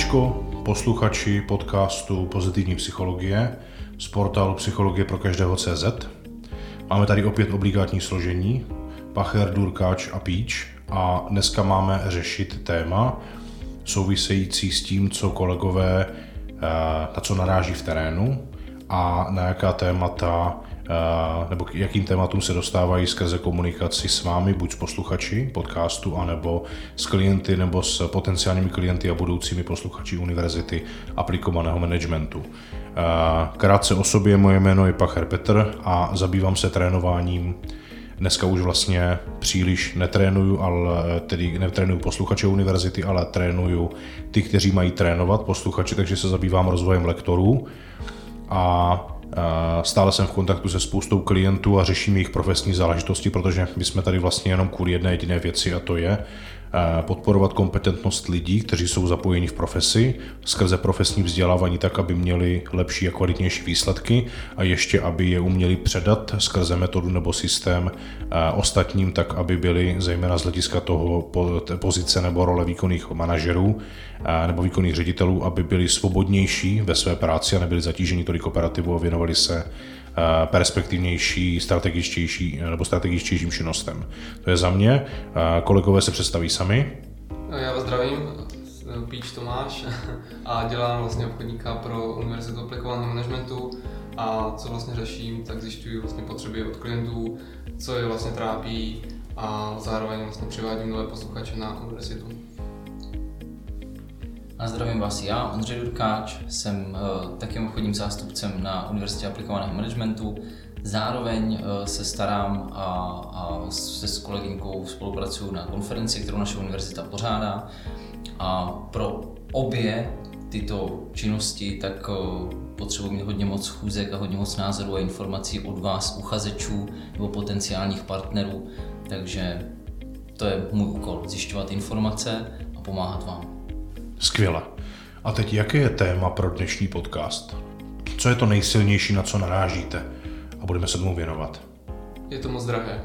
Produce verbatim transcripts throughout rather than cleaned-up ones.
Zdravíčko, posluchači podcastu Pozitivní psychologie z portálu Psychologie pro každého tečka cé zet. Máme tady opět obligátní složení Pacher, Durkáč a Píč a dneska máme řešit téma související s tím, co kolegové, na co naráží v terénu a na jaká témata nebo k jakým tématům se dostávají skrze komunikaci s vámi, buď s posluchači podcastu, anebo s klienty nebo s potenciálními klienty a budoucími posluchači univerzity aplikovaného managementu. Krátce o sobě, moje jméno je Pacher Petr a zabývám se trénováním. Dneska už vlastně příliš netrénuju, ale tedy netrénuju posluchače univerzity, ale trénuju ty, kteří mají trénovat posluchači, takže se zabývám rozvojem lektorů a stále jsem v kontaktu se spoustou klientů a řeším jejich profesní záležitosti, protože my jsme tady vlastně jenom kvůli jedné jediné věci a to je podporovat kompetentnost lidí, kteří jsou zapojeni v profesi, skrze profesní vzdělávání tak, aby měli lepší a kvalitnější výsledky a ještě, aby je uměli předat skrze metodu nebo systém ostatním, tak, aby byli zejména z hlediska toho pozice nebo role výkonných manažerů nebo výkonných ředitelů, aby byli svobodnější ve své práci a nebyli zatíženi tolik operativu a věnovali se perspektivnější, strategičtější nebo strategičtějším činnostem. To je za mě. Kolegové se představí sami. Já vás zdravím, Píč Tomáš a dělám vlastně obchodníka pro Univerzitu aplikovaného managementu a co vlastně řeším, tak zjišťuji vlastně potřeby od klientů, co je vlastně trápí a zároveň vlastně přivádím nové posluchače na univerzitu. A zdravím vás já, Ondřej Durkáč, jsem uh, takým obchodním zástupcem na Univerzitě aplikovaného managementu. Zároveň uh, se starám a, a se s kolegyňkou spolupracuju na konferenci, kterou naše univerzita pořádá. A pro obě tyto činnosti tak uh, potřebuji mít hodně moc schůzek a hodně moc názorů a informací od vás, uchazečů nebo potenciálních partnerů. Takže to je můj úkol, zjišťovat informace a pomáhat vám. Skvěle. A teď jaké je téma pro dnešní podcast? Co je to nejsilnější, na co narážíte? A budeme se tomu věnovat. Je to moc drahé.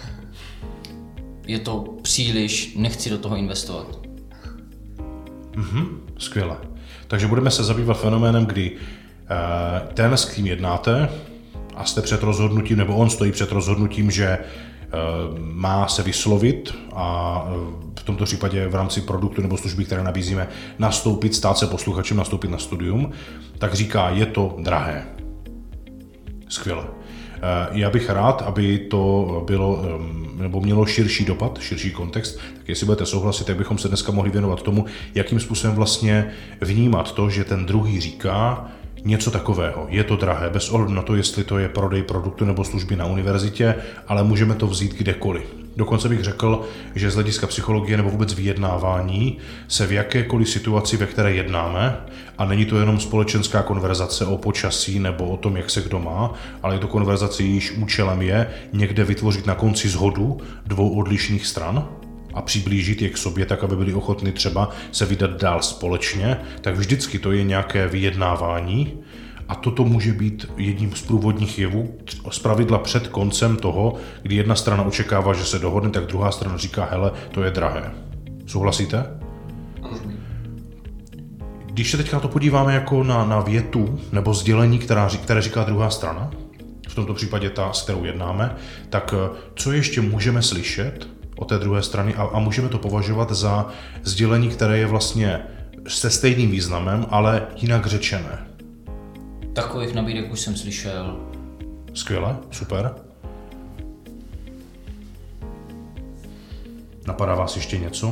Je to příliš, nechci do toho investovat. Mhm, skvěle. Takže budeme se zabývat fenoménem, kdy uh, ten, s kým jednáte a jste před rozhodnutím, nebo on stojí před rozhodnutím, že má se vyslovit a v tomto případě v rámci produktu nebo služby, které nabízíme, nastoupit, stát se posluchačem, nastoupit na studium, tak říká, je to drahé. Skvěle. Já bych rád, aby to bylo, nebo mělo širší dopad, širší kontext, tak jestli budete souhlasit, tak bychom se dneska mohli věnovat tomu, jakým způsobem vlastně vnímat to, že ten druhý říká něco takového. Je to drahé, bez ohledu na to, jestli to je prodej produktu nebo služby na univerzitě, ale můžeme to vzít kdekoliv. Dokonce bych řekl, že z hlediska psychologie nebo vůbec vyjednávání se v jakékoliv situaci, ve které jednáme, a není to jenom společenská konverzace o počasí nebo o tom, jak se kdo má, ale je to konverzace, jejíž účelem je někde vytvořit na konci shodu dvou odlišných stran a přiblížit je k sobě tak, aby byli ochotni třeba se vydat dál společně, tak vždycky to je nějaké vyjednávání a toto může být jedním z průvodních jevů zpravidla před koncem toho, kdy jedna strana očekává, že se dohodne, tak druhá strana říká, hele, to je drahé. Souhlasíte? Když se teďka to podíváme jako na, na větu nebo sdělení, která, které říká druhá strana, v tomto případě ta, s kterou jednáme, tak co ještě můžeme slyšet od té druhé strany a, a můžeme to považovat za sdělení, které je vlastně se stejným významem, ale jinak řečené. Takových nabídek už jsem slyšel. Skvěle, super. Napadá vás ještě něco?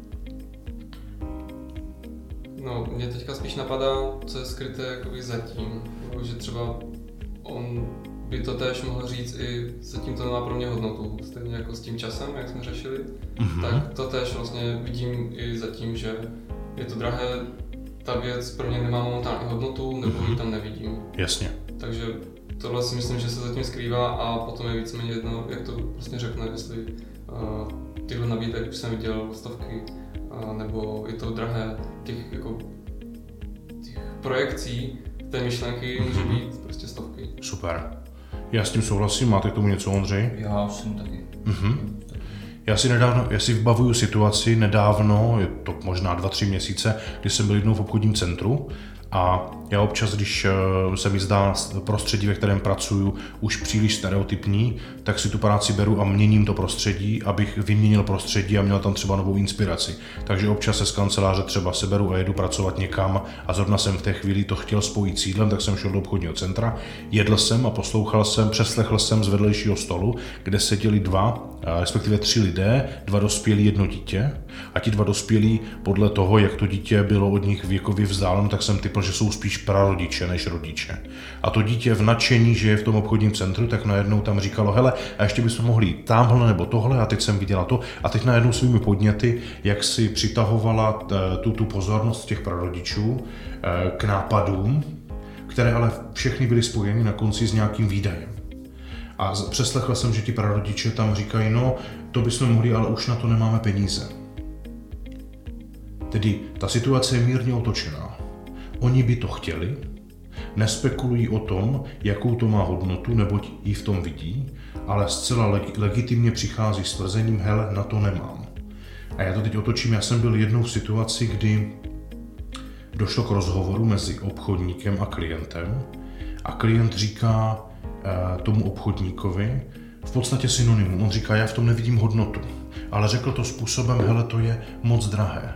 No, mě teďka spíš napadá, co je skryté jakoby zatím, nebo že třeba on by to též mohl říct i zatím to nemá pro mě hodnotu, stejně jako s tím časem, jak jsme řešili, mm-hmm. tak to též vlastně vidím i zatím, že je to drahé, ta věc pro mě nemá momentálně hodnotu, nebo mm-hmm. ji tam nevidím. Jasně. Takže tohle si myslím, že se zatím skrývá a potom je víceméně jedno, jak to vlastně řekne, jestli uh, tyhle nabídek už jsem viděl stovky, uh, nebo je to drahé, těch jako těch projekcí té myšlenky může být prostě stovky. Super. Já s tím souhlasím, máte k tomu něco, Ondřej? Já jsem taky. Uh-huh. Já si nedávno, já si vybavuju situaci nedávno, je to možná dva, tři měsíce, kdy jsem byl jednou v obchodním centru a já občas, když se mi zdá prostředí, ve kterém pracuju, už příliš stereotypní, tak si tu práci beru a měním to prostředí, abych vyměnil prostředí a měl tam třeba novou inspiraci. Takže občas se z kanceláře třeba seberu a jedu pracovat někam a zrovna jsem v té chvíli to chtěl spojit s jídlem, tak jsem šel do obchodního centra, jedl jsem a poslouchal jsem, přeslechl jsem z vedlejšího stolu, kde seděli dva, respektive tři lidé, dva dospělí, jedno dítě a ti dva dospělí podle toho, jak to dítě bylo od nich věkově vzdáleno, tak jsem typl, že jsou spíš prarodiče než rodiče. A to dítě v nadšení, že je v tom obchodním centru, tak najednou tam říkalo, hele, a ještě bychom mohli jít tamhle nebo tohle, a teď jsem viděla to, a teď najednou svými podněty, jak si přitahovala tu, tu pozornost těch prarodičů k nápadům, které ale všechny byly spojeny na konci s nějakým výdajem. A přeslechl jsem, že ti prarodiče tam říkají, no, to bychom mohli, ale už na to nemáme peníze. Tedy ta situace je mírně otočená. Oni by to chtěli, nespekulují o tom, jakou to má hodnotu, neboť ji v tom vidí, ale zcela leg- legitimně přichází s tvrzením, hele, na to nemám. A já to teď otočím, já jsem byl jednou v situaci, kdy došlo k rozhovoru mezi obchodníkem a klientem a klient říká e, tomu obchodníkovi v podstatě synonymum. On říká, já v tom nevidím hodnotu, ale řekl to způsobem, hele, to je moc drahé.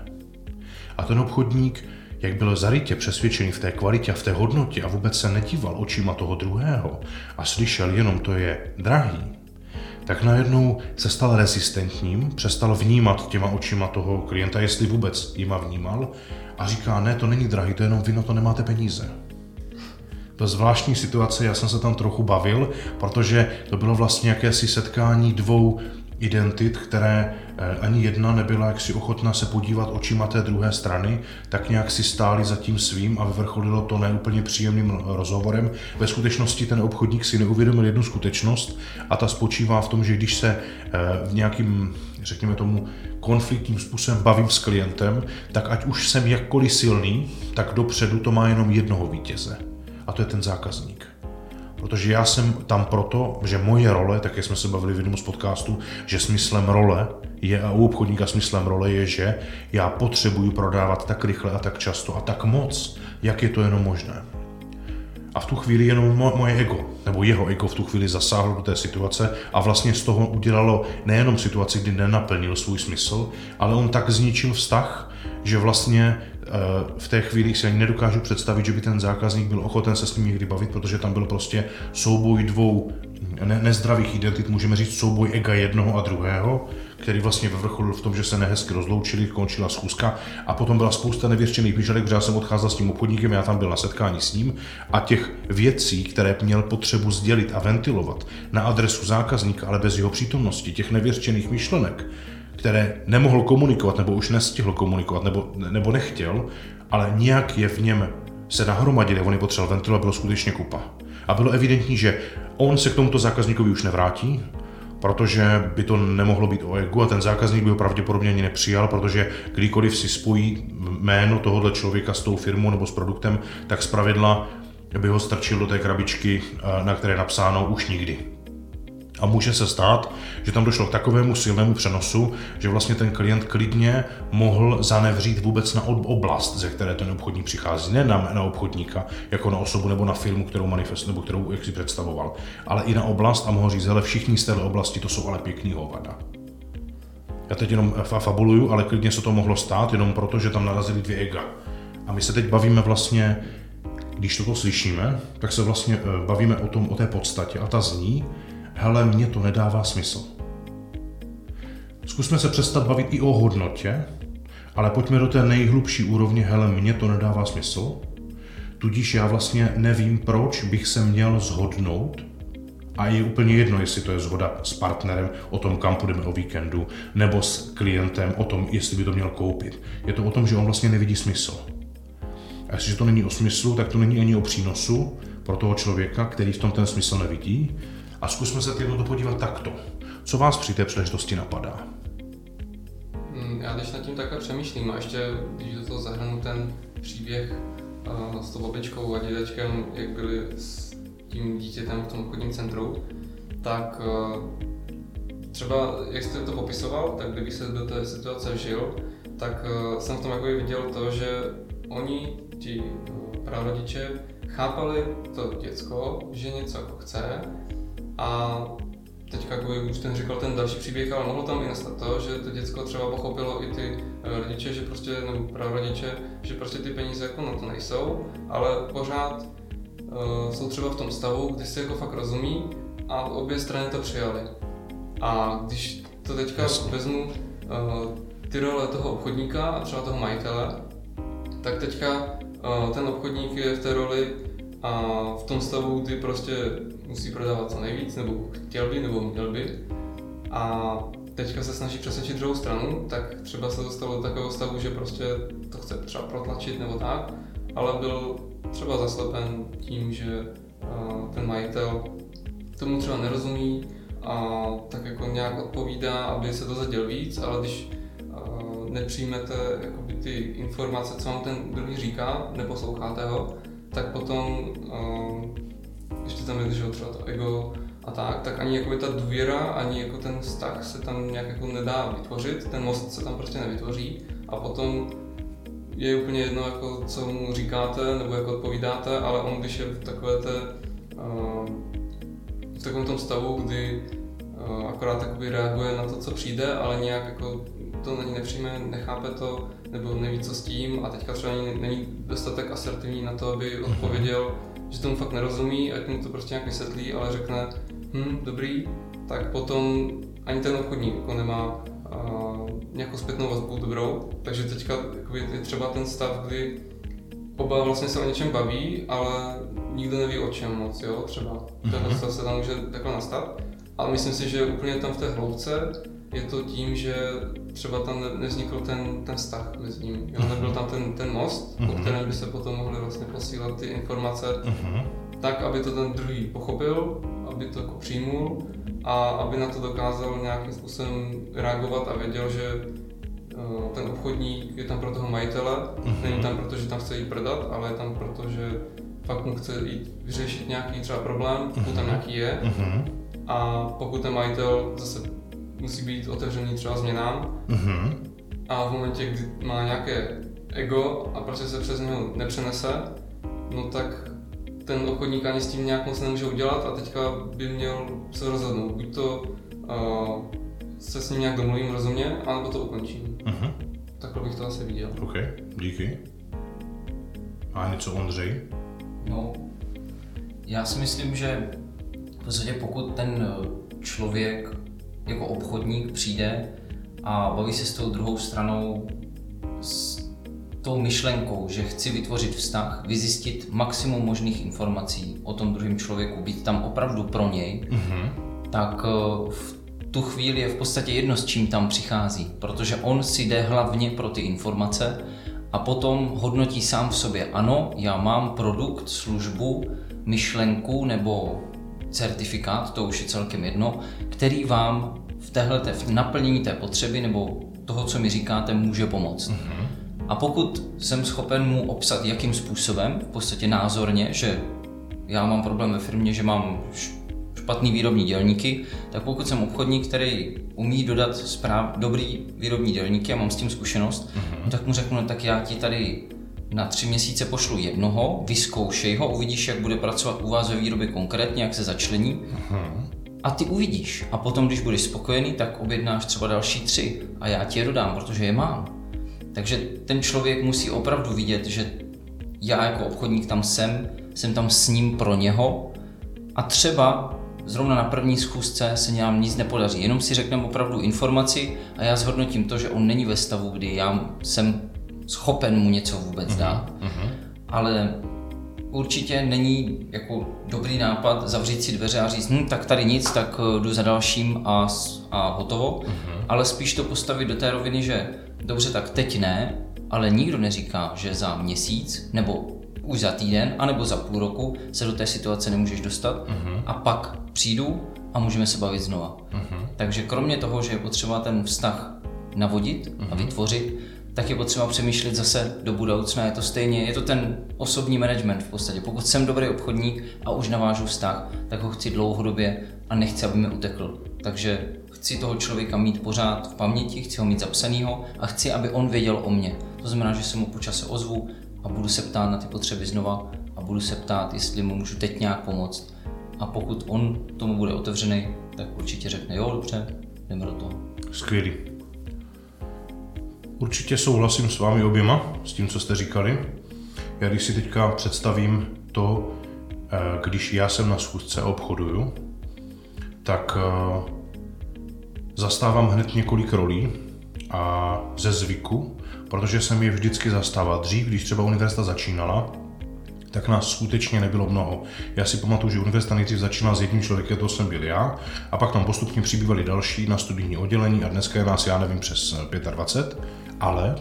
A ten obchodník, jak byl zarytě přesvědčený v té kvalitě a v té hodnotě a vůbec se nedíval očima toho druhého a slyšel jenom, to je drahý, tak najednou se stal rezistentním, přestal vnímat těma očima toho klienta, jestli vůbec jima vnímal, a říká, ne, to není drahý, to je jenom vy na to nemáte peníze. To je zvláštní situace, já jsem se tam trochu bavil, protože to bylo vlastně jakési setkání dvou identit, které ani jedna nebyla jaksi ochotná se podívat očima té druhé strany, tak nějak si stáli za tím svým a vyvrcholilo to neúplně příjemným rozhovorem. Ve skutečnosti ten obchodník si neuvědomil jednu skutečnost a ta spočívá v tom, že když se v nějakým, řekněme tomu, konfliktním způsobem bavím s klientem, tak ať už jsem jakkoliv silný, tak dopředu to má jenom jednoho vítěze. A to je ten zákazník. Protože já jsem tam proto, že moje role, tak jak jsme se bavili v jednom z podcastů, že smyslem role je, a u obchodníka smyslem role je, že já potřebuji prodávat tak rychle a tak často a tak moc, jak je to jenom možné. A v tu chvíli jenom moje ego, nebo jeho ego v tu chvíli zasáhlo do té situace a vlastně z toho udělalo nejenom situaci, kdy nenaplnil svůj smysl, ale on tak zničil vztah, že vlastně v té chvíli si ani nedokážu představit, že by ten zákazník byl ochoten se s ním někdy bavit, protože tam byl prostě souboj dvou ne- nezdravých identit, můžeme říct souboj ega jednoho a druhého, který vlastně vyvrcholil v tom, že se nehezky rozloučili, končila schůzka a potom byla spousta nevěřčených myšlenek, protože já jsem odcházel s tím obchodníkem, já tam byl na setkání s ním a těch věcí, které měl potřebu sdělit a ventilovat na adresu zákazníka, ale bez jeho přítomnosti, těch nevěřčených myšlenek, které nemohl komunikovat, nebo už nestihl komunikovat, nebo, nebo nechtěl, ale nějak je v něm se nahromadili, on je potřeboval ventilovat, bylo skutečně kupa. A bylo evidentní, že on se k tomuto zákazníkovi už nevrátí, protože by to nemohlo být o egu a ten zákazník by ho pravděpodobně ani nepřijal, protože kdykoliv si spojí jméno tohohle člověka s tou firmou nebo s produktem, tak zpravidla by ho strčil do té krabičky, na které je napsáno už nikdy. A může se stát, že tam došlo k takovému silnému přenosu, že vlastně ten klient klidně mohl zanevřít vůbec na oblast, ze které ten obchodník přichází. Ne na, na obchodníka, jako na osobu nebo na firmu, kterou manifest, nebo kterou jak si představoval, ale i na oblast a mohl říct, hele, všichni z téhle oblasti, to jsou ale pěkný hovada. Já teď jenom fabuluju, ale klidně se to mohlo stát, jenom proto, že tam narazili dvě ega. A my se teď bavíme vlastně, když toto slyšíme, tak se vlastně bavíme o tom, o té podstatě a ta zní, hele, mně to nedává smysl. Zkusme se přestat bavit i o hodnotě, ale pojďme do té nejhlubší úrovně, hele, mně to nedává smysl, tudíž já vlastně nevím, proč bych se měl shodnout a je úplně jedno, jestli to je shoda s partnerem o tom, kam půjdeme o víkendu, nebo s klientem o tom, jestli by to měl koupit. Je to o tom, že on vlastně nevidí smysl. A jestliže to není o smyslu, tak to není ani o přínosu pro toho člověka, který v tom ten smysl nevidí. A zkusme se jednou to podívat takto. Co vás při té příležitosti napadá? Já když nad tím takhle přemýšlím a ještě když do toho zahrnu ten příběh uh, s tou babičkou a dědečkem, jak byli s tím dítětem v tom obchodním centru, tak uh, třeba, jak jste to popisoval, tak kdybych se do té situace vžil, tak uh, jsem v tom jako viděl to, že oni, ti uh, prarodiče, chápali to děcko, že něco jako chce a teďka jako už ten říkal ten další příběh, ale mohlo tam i nastat to, že to děcko třeba pochopilo i ty rodiče, že prostě, nebo prarodiče, že prostě ty peníze jako na to nejsou, ale pořád uh, jsou třeba v tom stavu, kdy si jako fakt rozumí a obě strany to přijaly. A když to teďka Jasně. vezmu uh, ty role toho obchodníka a třeba toho majitele, tak teďka uh, ten obchodník je v té roli a v tom stavu, kdy prostě musí prodávat co nejvíc, nebo chtěl by, nebo měl by. A teďka se snaží přesvědčit druhou stranu, tak třeba se dostalo do takového stavu, že prostě to chce třeba protlačit nebo tak, ale byl třeba zaslepen tím, že uh, ten majitel tomu třeba nerozumí a tak jako nějak odpovídá, aby se dozvěděl víc, ale když uh, nepřijmete jakoby ty informace, co vám ten druhý říká, neposloucháte ho, tak potom, uh, ještě tam je že třeba to ego a tak, tak ani jakoby ta důvěra, ani jako ten vztah se tam nějak jako nedá vytvořit, ten most se tam prostě nevytvoří a potom je úplně jedno, jako, co mu říkáte nebo jako odpovídáte, ale on když je v takové té, uh, v takovém tom stavu, kdy uh, akorát jakoby reaguje na to, co přijde, ale nějak jako to na ní nepřijme, nechápe to, nebo neví co s tím a teďka třeba není, není dostatek asertivní na to, aby odpověděl, že tomu fakt nerozumí, ať mu to prostě nějak vysvětlí, ale řekne hm, dobrý, tak potom ani ten obchodník jako nemá uh, nějakou zpětnou vazbu dobrou, takže teďka je třeba ten stav, kdy oba vlastně se o něčem baví, ale nikdo neví o čem moc, jo, třeba. Ten stav se tam může takhle nastat, ale myslím si, že úplně tam v té hloubce je to tím, že třeba tam nevznikl ten, ten vztah mezi nimi. Jo? Nebyl tam ten, ten most, uh-huh. po kterém by se potom mohly vlastně posílat ty informace uh-huh. tak, aby to ten druhý pochopil, aby to jako přijmul a aby na to dokázal nějakým způsobem reagovat a věděl, že uh, ten obchodník je tam pro toho majitele, uh-huh. není tam proto, že tam chce jít prodat, ale je tam proto, že fakt mu chce jít vyřešit nějaký třeba problém, pokud uh-huh. tam nějaký je. Uh-huh. A pokud ten majitel zase musí být otevřený třeba změnám mm-hmm. a v momentě, kdy má nějaké ego a prostě se přes něho nepřenese, no tak ten obchodník ani s tím nějak moc nemůže udělat a teďka by měl se rozhodnout. Buď to uh, se s ním nějak domluvím rozumně, anebo to ukončím. Mm-hmm. Takhle bych to asi viděl. OK, díky. A něco Ondřej? No, já si myslím, že v podstatě pokud ten člověk jako obchodník přijde a baví se s tou druhou stranou s tou myšlenkou, že chci vytvořit vztah, vyzjistit maximum možných informací o tom druhém člověku, být tam opravdu pro něj, mm-hmm. tak v tu chvíli je v podstatě jedno, s čím tam přichází, protože on si jde hlavně pro ty informace a potom hodnotí sám v sobě, ano, já mám produkt, službu, myšlenku nebo certifikát, to už je celkem jedno, který vám v téhleté, v naplnění té potřeby nebo toho, co mi říkáte, může pomoct. Mm-hmm. A pokud jsem schopen mu obsat, jakým způsobem, v podstatě názorně, že já mám problém ve firmě, že mám špatný výrobní dělníky, tak pokud jsem obchodník, který umí dodat správ, dobrý výrobní dělníky a mám s tím zkušenost, mm-hmm. tak mu řeknu, no, tak já ti tady na tři měsíce pošlu jednoho, vyzkoušej ho, uvidíš, jak bude pracovat u vás ve výrobě konkrétně, jak se začlení uh-huh. a ty uvidíš. A potom, když budeš spokojený, tak objednáš třeba další tři a já ti je dodám, protože je mám. Takže ten člověk musí opravdu vidět, že já jako obchodník tam jsem, jsem tam s ním pro něho a třeba zrovna na první schůzce se nám nic nepodaří. Jenom si řekneme opravdu informaci a já zhodnotím to, že on není ve stavu, kdy já jsem schopen mu něco vůbec dát. Uh-huh. Ale určitě není jako dobrý nápad zavřít si dveře a říct, hm, tak tady nic, tak jdu za dalším a, a hotovo. Uh-huh. Ale spíš to postavit do té roviny, že dobře, tak teď ne, ale nikdo neříká, že za měsíc nebo už za týden, anebo za půl roku se do té situace nemůžeš dostat uh-huh. a pak přijdu a můžeme se bavit znova. Uh-huh. Takže kromě toho, že je potřeba ten vztah navodit uh-huh. a vytvořit, tak je potřeba přemýšlet zase do budoucna. Je to stejně, je to ten osobní management v podstatě. Pokud jsem dobrý obchodník a už navážu vztah, tak ho chci dlouhodobě a nechci, aby mi utekl. Takže chci toho člověka mít pořád v paměti, chci ho mít zapsanýho a chci, aby on věděl o mně. To znamená, že se mu po čase ozvu a budu se ptát na ty potřeby znova a budu se ptát, jestli mu můžu teď nějak pomoct. A pokud on tomu bude otevřený, tak určitě řekne, jo, dobře, jdeme do toho. Skvělý. Určitě souhlasím s vámi oběma, s tím, co jste říkali. Já když si teďka představím to, když já jsem na schůzce a obchoduju, tak zastávám hned několik rolí a ze zvyku, protože jsem je vždycky zastával. Dřív, když třeba univerzita začínala, tak nás skutečně nebylo mnoho. Já si pamatuju, že univerzita nejdřív začínala s jedním člověkem, to jsem byl já, a pak tam postupně přibývali další na studijní oddělení a dneska je nás, já nevím, přes dvacet pět, ale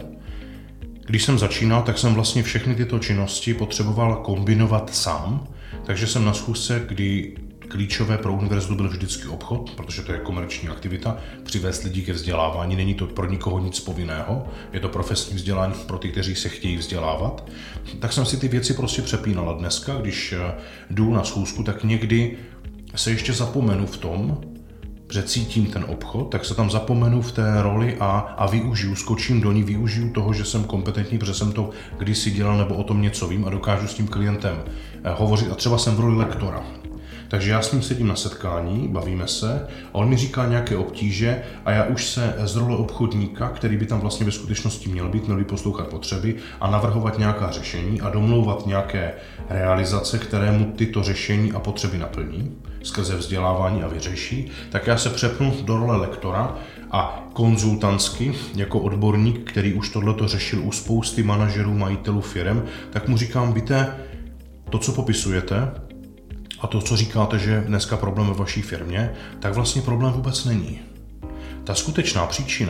když jsem začínal, tak jsem vlastně všechny tyto činnosti potřeboval kombinovat sám, takže jsem na schůzce, kdy klíčové pro univerzitu byl vždycky obchod, protože to je komerční aktivita, přivést lidi ke vzdělávání, není to pro nikoho nic povinného, je to profesní vzdělání pro ty, kteří se chtějí vzdělávat. Tak jsem si ty věci prostě přepínal a dneska, když jdu na schůzku, tak někdy se ještě zapomenu v tom, že cítím ten obchod, tak se tam zapomenu v té roli a, a využiju, skočím do ní, využiju toho, že jsem kompetentní, protože jsem to kdysi dělal nebo o tom něco vím a dokážu s tím klientem hovořit a třeba jsem v roli lektora. Takže já s ním sedím na setkání, bavíme se a on mi říká nějaké obtíže a já už se z role obchodníka, který by tam vlastně ve skutečnosti měl být, měl by poslouchat potřeby a navrhovat nějaká řešení a domlouvat nějaké realizace, které mu tyto řešení a potřeby naplní skrze vzdělávání a vyřeší, tak já se přepnu do role lektora a konzultantsky jako odborník, který už tohleto řešil u spousty manažerů, majitelů firem, tak mu říkám, víte, to, co popisujete, a to, co říkáte, že je dneska problém ve vaší firmě, tak vlastně problém vůbec není. Ta skutečná příčina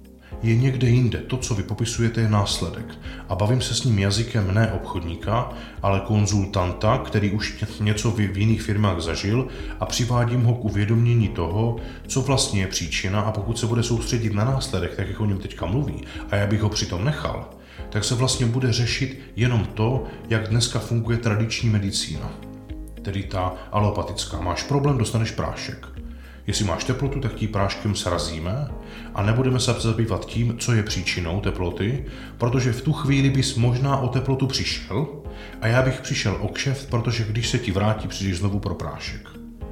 je někde jinde. To, co vy popisujete, je následek. A bavím se s ním jazykem ne obchodníka, ale konzultanta, který už něco v jiných firmách zažil a přivádím ho k uvědomění toho, co vlastně je příčina a pokud se bude soustředit na následek, tak jak o něm teďka mluví, a já bych ho přitom nechal, tak se vlastně bude řešit jenom to, jak dneska funguje tradiční medicína. Tedy ta alopatická. Máš problém, dostaneš prášek. Jestli máš teplotu, tak tím práškem srazíme a nebudeme se zabývat tím, co je příčinou teploty, protože v tu chvíli bys možná o teplotu přišel a já bych přišel o kšeft, protože když se ti vrátí, přijdeš znovu pro prášek.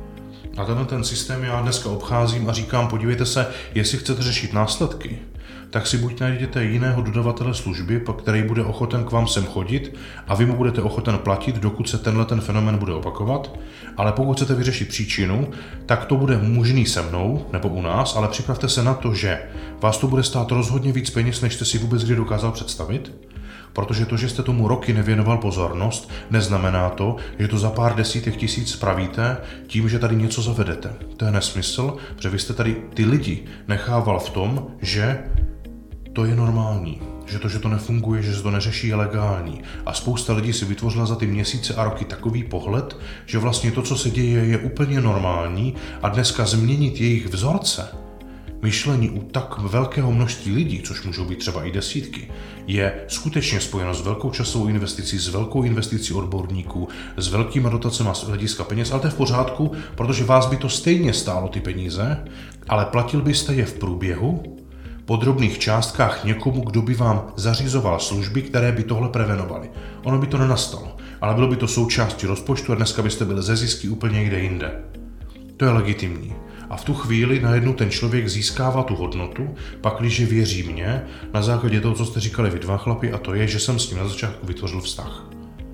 A tenhle ten systém já dneska obcházím a říkám, podívejte se, jestli chcete řešit následky, tak si buď najděte jiného dodavatele služby, který bude ochoten k vám sem chodit a vy mu budete ochoten platit, dokud se tenhle ten fenomén bude opakovat, ale pokud chcete vyřešit příčinu, tak to bude možný se mnou nebo u nás, ale připravte se na to, že vás to bude stát rozhodně víc peněz, než jste si vůbec kdy dokázal představit, protože to, že jste tomu roky nevěnoval pozornost, neznamená to, že to za pár desítek tisíc spravíte tím, že tady něco zavedete. To je nesmysl, protože vy jste tady ty lidi nechával v tom, že to je normální, že to, že to nefunguje, že se to neřeší, je legální. A spousta lidí si vytvořila za ty měsíce a roky takový pohled, že vlastně to, co se děje, je úplně normální a dneska změnit jejich vzorce, myšlení u tak velkého množství lidí, což můžou být třeba i desítky, je skutečně spojeno s velkou časovou investicí, s velkou investicí odborníků, s velkýma dotacemi z hlediska peněz, ale to je v pořádku, protože vás by to stejně stálo ty peníze, ale platil byste je v průběhu, po drobných částkách někomu, kdo by vám zařizoval služby, které by tohle prevenovaly. Ono by to nenastalo, ale bylo by to součástí rozpočtu a dneska byste byli ze zisky úplně někde jinde. To je legitimní. A v tu chvíli najednou ten člověk získává tu hodnotu, pakliže věří mně, na základě toho, co jste říkali vy dva chlapi, a to je, že jsem s ním na začátku vytvořil vztah.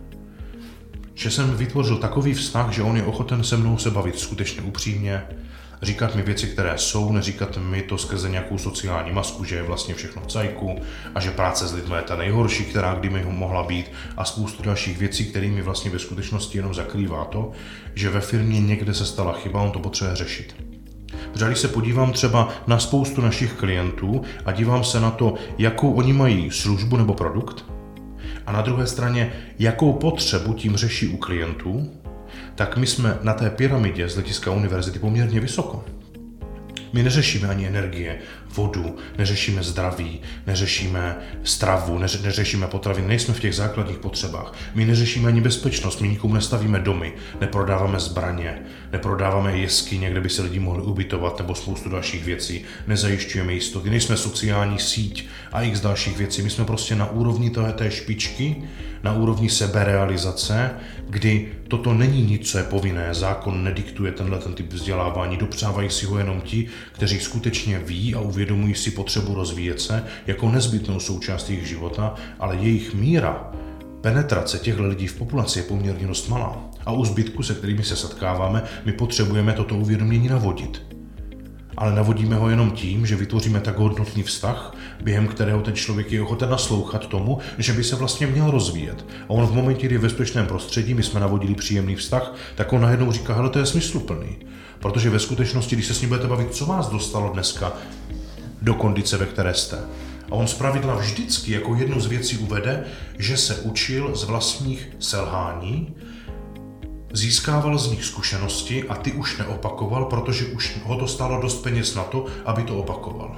Že jsem vytvořil takový vztah, že on je ochoten se mnou se bavit skutečně upřímně, říkat mi věci, které jsou, neříkat mi to skrze nějakou sociální masku, že je vlastně všechno v cajku a že práce s lidmi je ta nejhorší, která kdy mi mohla být a spoustu dalších věcí, kterými vlastně ve skutečnosti jenom zakrývá to, že ve firmě někde se stala chyba, on to potřebuje řešit. Protože když se podívám třeba na spoustu našich klientů a dívám se na to, jakou oni mají službu nebo produkt a na druhé straně, jakou potřebu tím řeší u klientů, tak my jsme na té pyramidě z hlediska univerzity poměrně vysoko. My neřešíme ani energie, vodu, neřešíme zdraví, neřešíme stravu, neř- neřešíme potraviny, nejsme v těch základních potřebách. My neřešíme ani bezpečnost, my nikomu nestavíme domy, neprodáváme zbraně, neprodáváme jeskyně, kde by se lidi mohli ubytovat nebo spoustu dalších věcí, nezajišťujeme jistoty, nejsme sociální síť a x dalších věcí. My jsme prostě na úrovni té, té špičky, na úrovni seberealizace, kdy toto není nic, co je povinné, zákon nediktuje tenhle ten typ vzdělávání, dopřávají si ho jenom ti, kteří skutečně ví a uvědomují si potřebu rozvíjet se jako nezbytnou součást jejich života, ale jejich míra penetrace těchto lidí v populaci je poměrně dost malá. A u zbytku, se kterými se setkáváme, my potřebujeme toto uvědomění navodit. Ale navodíme ho jenom tím, že vytvoříme tak hodnotný vztah, během kterého ten člověk je ochoten naslouchat tomu, že by se vlastně měl rozvíjet. A on v momentě, kdy je v bezpečném prostředí, my jsme navodili příjemný vztah, tak on najednou říká, hele, to je smysluplný. Protože ve skutečnosti, když se s ním budete bavit, co vás dostalo dneska do kondice, ve které jste. A on zpravidla vždycky jako jednu z věcí uvede, že se učil z vlastních selhání, získával z nich zkušenosti a ty už neopakoval, protože už ho to stálo dost peněz na to, aby to opakoval.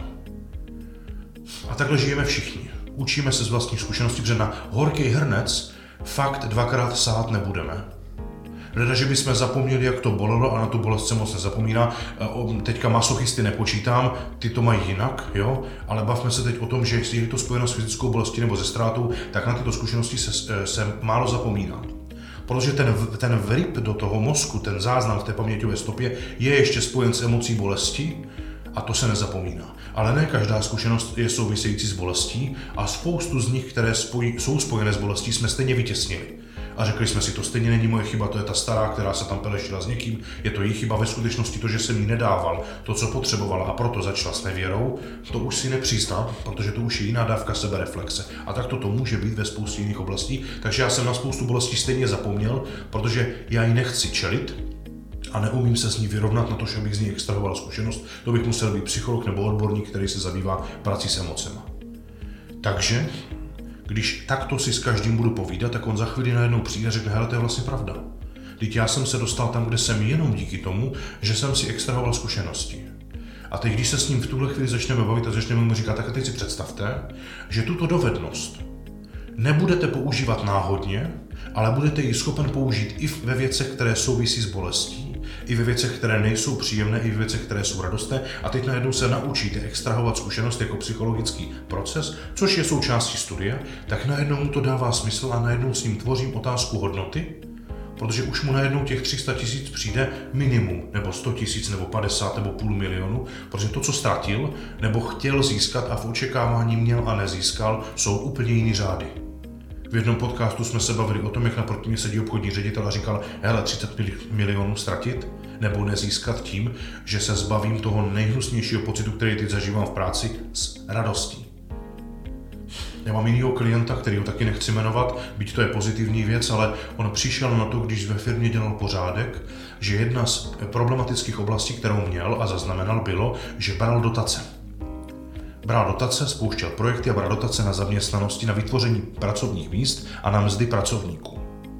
A takhle žijeme všichni. Učíme se z vlastních zkušeností, protože na horký hrnec fakt dvakrát sát nebudeme. Leda, že bychom zapomněli, jak to bolelo, a na tu bolest se moc nezapomíná. Teďka masochisty nepočítám, ty to mají jinak, jo? Ale bavme se teď o tom, že jestli je to spojeno s fyzickou bolestí nebo ze ztrátou, tak na tyto zkušenosti se, se málo zapomíná. Protože ten, ten vrip do toho mozku, ten záznam v té paměťové stopě je ještě spojen s emocí bolesti a to se nezapomíná. Ale ne každá zkušenost je související s bolestí a spoustu z nich, které spojí, jsou spojené s bolestí, jsme stejně vytěsnili. A řekli jsme si, to stejně není moje chyba, to je ta stará, která se tam pelešila s někým, je to její chyba, ve skutečnosti to, že jsem jí nedával to, co potřebovala a proto začala s nevěrou, to už si nepřizná, protože to už je jiná dávka sebereflexe. A tak to může být ve spoustě jiných oblastí, takže já jsem na spoustu bolestí stejně zapomněl, protože já ji nechci čelit a neumím se s ní vyrovnat na to, že bych z ní extrahoval zkušenost, to bych musel být psycholog nebo odborník, který se zabývá prací s emocema. Takže když takto si s každým budu povídat, tak on za chvíli najednou přijde a řekne, hele, to je vlastně pravda. Vždyť já jsem se dostal tam, kde jsem jenom díky tomu, že jsem si extrahoval zkušenosti. A teď, když se s ním v tuhle chvíli začneme bavit a začneme mu říkat, tak a teď si představte, že tuto dovednost nebudete používat náhodně, ale budete ji schopen použít i ve věcech, které souvisí s bolestí, i ve věcech, které nejsou příjemné, i ve věcech, které jsou radostné. A teď najednou se naučíte extrahovat zkušenost jako psychologický proces, což je součástí studia, tak najednou mu to dává smysl a najednou s ním tvořím otázku hodnoty, protože už mu najednou těch tři sta tisíc přijde minimum, nebo sto tisíc, nebo padesát, nebo půl milionu, protože to, co ztratil, nebo chtěl získat a v očekávání měl a nezískal, jsou úplně jiný řády. V jednom podcastu jsme se bavili o tom, jak naproti mě sedí obchodní ředitel a říkal, hele, třicet milionů ztratit nebo nezískat tím, že se zbavím toho nejhnusnějšího pocitu, který teď zažívám v práci, s radostí. Já mám jinýho klienta, kterýho taky nechci jmenovat, byť to je pozitivní věc, ale on přišel na to, když ve firmě dělal pořádek, že jedna z problematických oblastí, kterou měl a zaznamenal, bylo, že bral dotace. Bral dotace, spouštěl projekty a bral dotace na zaměstnanosti, na vytvoření pracovních míst a na mzdy pracovníků.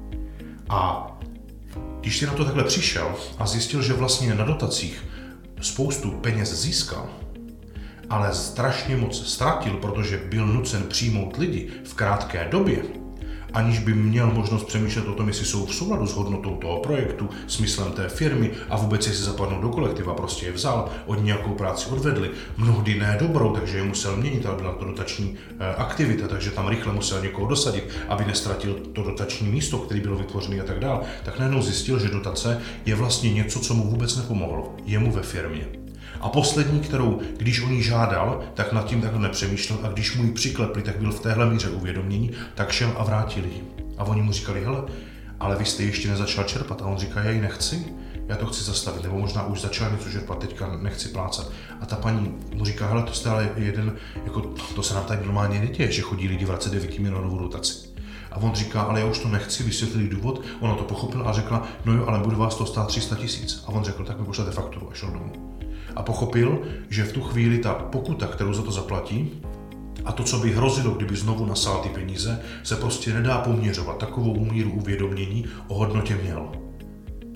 A když si na to takhle přišel a zjistil, že vlastně na dotacích spoustu peněz získal, ale strašně moc ztratil, protože byl nucen přijmout lidi v krátké době, aniž by měl možnost přemýšlet o tom, jestli jsou v souladu s hodnotou toho projektu, smyslem té firmy a vůbec jestli zapadnou do kolektiva, prostě je vzal, od nějakou práci odvedli, mnohdy ne dobrou, takže je musel měnit, ale byla to dotační e, aktivita, takže tam rychle musel někoho dosadit, aby nestratil to dotační místo, který bylo vytvořený a tak dále. Tak najednou zjistil, že dotace je vlastně něco, co mu vůbec nepomohlo, jemu ve firmě. A poslední, kterou, když on ji žádal, tak nad tím takhle nepřemýšlel a když mu ji přiklepli, tak byl v téhle míře uvědomění, tak šel a vrátil ji. A oni mu říkali, hele, ale vy jste ještě nezačal čerpat. A on říká, já ji nechci, já to chci zastavit, nebo možná už začal něco čerpat, teďka nechci plácat. A ta paní mu říká, hele, to jste ale jeden, jako to se nám tady normálně neděje, že chodí lidi vracet devět milionovou dotaci. A on říká, ale já už to nechci, vysvětlili důvod, ona to pochopila a řekla, no jo, ale bude vás to stát tři sta tisíc. A on řekl, tak mi pošlete fakturu a šel domů. A pochopil, že v tu chvíli ta pokuta, kterou za to zaplatí, a to, co by hrozilo, kdyby znovu nasál ty peníze, se prostě nedá poměřovat. Takovou míru uvědomění o hodnotě měl.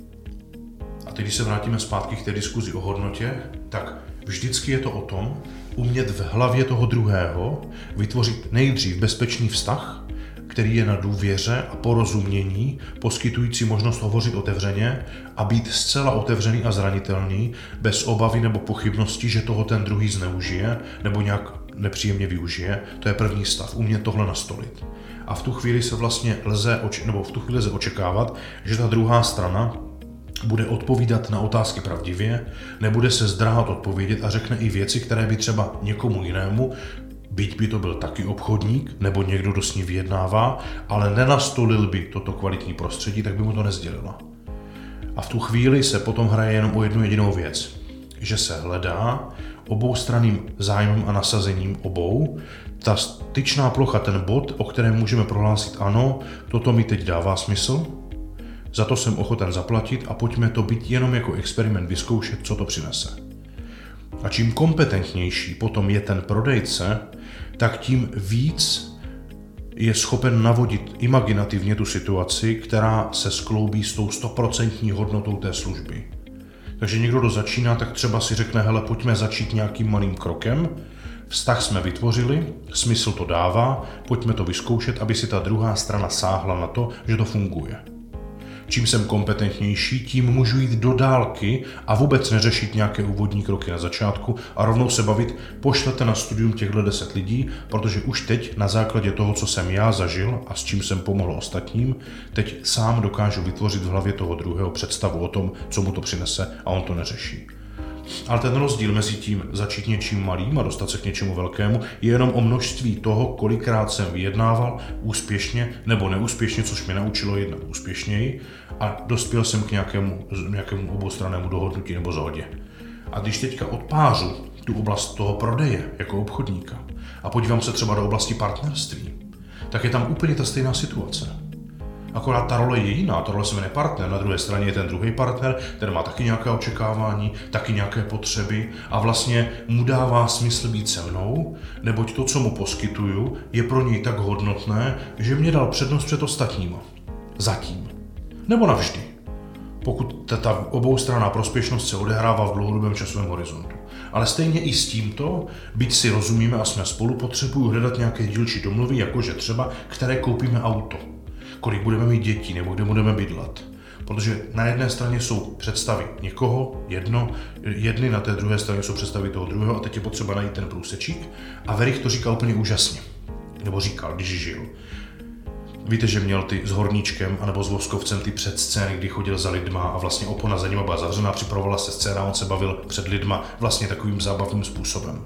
A teď, když se vrátíme zpátky k té diskuzi o hodnotě, tak vždycky je to o tom, umět v hlavě toho druhého vytvořit nejdřív bezpečný vztah, který je na důvěře a porozumění, poskytující možnost hovořit otevřeně a být zcela otevřený a zranitelný, bez obavy nebo pochybnosti, že toho ten druhý zneužije nebo nějak nepříjemně využije. To je první stav, umět tohle nastolit. A v tu chvíli se vlastně lze, nebo v tu chvíli lze očekávat, že ta druhá strana bude odpovídat na otázky pravdivě, nebude se zdráhat odpovědět a řekne i věci, které by třeba někomu jinému, byť by to byl taky obchodník nebo někdo, kdo s ní vyjednává, ale nenastolil by toto kvalitní prostředí, tak by mu to nezdělila. A v tu chvíli se potom hraje jenom o jednu jedinou věc, že se hledá oboustranným zájmem a nasazením obou ta styčná plocha, ten bod, o kterém můžeme prohlásit ano, toto mi teď dává smysl, za to jsem ochoten zaplatit a pojďme to být jenom jako experiment vyzkoušet, co to přinese. A čím kompetentnější potom je ten prodejce, tak tím víc je schopen navodit imaginativně tu situaci, která se skloubí s tou stoprocentní hodnotou té služby. Takže někdo, kdo začíná, tak třeba si řekne, hele, pojďme začít nějakým malým krokem, vztah jsme vytvořili, smysl to dává, pojďme to vyzkoušet, aby si ta druhá strana sáhla na to, že to funguje. Čím jsem kompetentnější, tím můžu jít do dálky a vůbec neřešit nějaké úvodní kroky na začátku a rovnou se bavit, pošlete na studium těchto deset lidí, protože už teď na základě toho, co jsem já zažil a s čím jsem pomohl ostatním, teď sám dokážu vytvořit v hlavě toho druhého představu o tom, co mu to přinese a on to neřeší. Ale ten rozdíl mezi tím začít něčím malým a dostat se k něčemu velkému je jenom o množství toho, kolikrát jsem vyjednával úspěšně nebo neúspěšně, což mě naučilo jednat úspěšněji a dospěl jsem k nějakému, nějakému oboustrannému dohodnutí nebo zhodě. A když teďka odpářu tu oblast toho prodeje jako obchodníka a podívám se třeba do oblasti partnerství, tak je tam úplně ta stejná situace. Akorát ta role je jiná, ta role se jmenuje partner, na druhé straně je ten druhý partner, ten má taky nějaké očekávání, taky nějaké potřeby a vlastně mu dává smysl být se mnou, neboť to, co mu poskytuju, je pro něj tak hodnotné, že mě dal přednost před ostatníma. Zatím. Nebo navždy. Pokud ta oboustranná prospěšnost se odehrává v dlouhodobém časovém horizontu. Ale stejně i s tímto, byť si rozumíme a jsme spolu, potřebuju hledat nějaké dílčí domluvy, jakože třeba, které koupíme auto. Kolik budeme mít dětí nebo kde budeme bydlet. Protože na jedné straně jsou představy někoho, jedno, jedny, na té druhé straně jsou představy toho druhého a teď je potřeba najít ten průsečík. A Verich to říkal úplně úžasně. Nebo říkal, když žil. Víte, že měl ty s Horníčkem anebo s Voskovcem ty předscény, kdy chodil za lidma a vlastně opona za nima byla zavřená, připravovala se scéna a on se bavil před lidma vlastně takovým zábavným způsobem.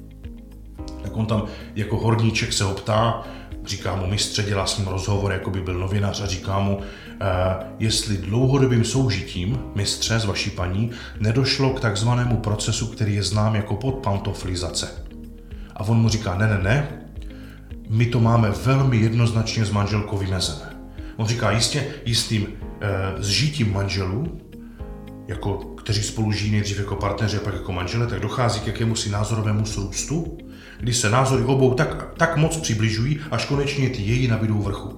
Tak on tam jako Horníček se ho ptá, říká mu mistře, dělá s ním rozhovor, jako by byl novinář a říká mu, eh, jestli dlouhodobým soužitím, mistře, s vaší paní, nedošlo k takzvanému procesu, který je znám jako podpantoflizace. A on mu říká, ne, ne, ne, my to máme velmi jednoznačně s manželkou vymezené. On říká, jistě, jistým eh, zžitím manželů, jako, kteří spolu žijí nejdřív jako partneři a pak jako manžele, tak dochází k jakémusi názorovému srůstu, kdy se názory obou tak, tak moc přibližují, až konečně ty její nabídou vrchu.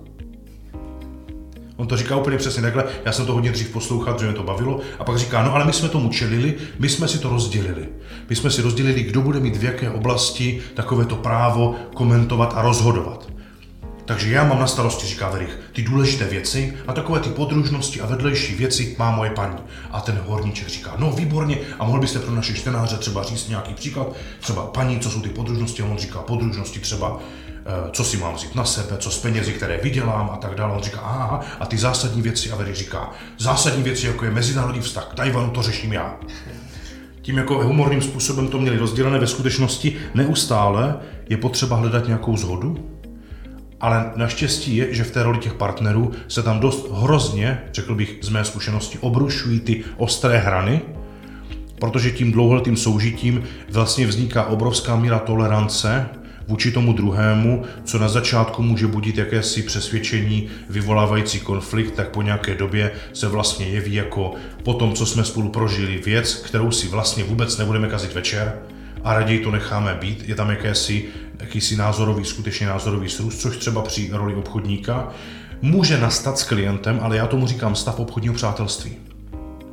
On to říká úplně přesně takhle, já jsem to hodně dřív poslouchal, protože mě to bavilo, a pak říká, no ale my jsme tomu čelili, my jsme si to rozdělili. My jsme si rozdělili, kdo bude mít v jaké oblasti takovéto právo komentovat a rozhodovat. Takže já mám na starosti, říká Verich, ty důležité věci a takové ty podružnosti a vedlejší věci má moje paní. A ten Horníček říká, no výborně, a mohl byste pro naše čtenáře třeba říct nějaký příklad, třeba paní, co jsou ty podružnosti, a on říká podružnosti třeba, co si mám vzít na sebe, co z penězi, které vydělám a tak dále. On říká, aha, a ty zásadní věci, a Verich říká, zásadní věci, jako je mezinárodní vztah k Tajvanu, to řeším já. Tím jako humorným způsobem to měli rozdělené, ve skutečnosti neustále je potřeba hledat nějakou shodu. Ale naštěstí je, že v té roli těch partnerů se tam dost hrozně, řekl bych z mé zkušenosti, obrušují ty ostré hrany, protože tím dlouholetým soužitím vlastně vzniká obrovská míra tolerance vůči tomu druhému, co na začátku může budit jakési přesvědčení vyvolávající konflikt, tak po nějaké době se vlastně jeví jako po tom, co jsme spolu prožili, věc, kterou si vlastně vůbec nebudeme kazit večer a raději to necháme být. Je tam jakési, jakýsi názorový, skutečně názorový srůst, což třeba při roli obchodníka může nastat s klientem, ale já tomu říkám stav obchodního přátelství.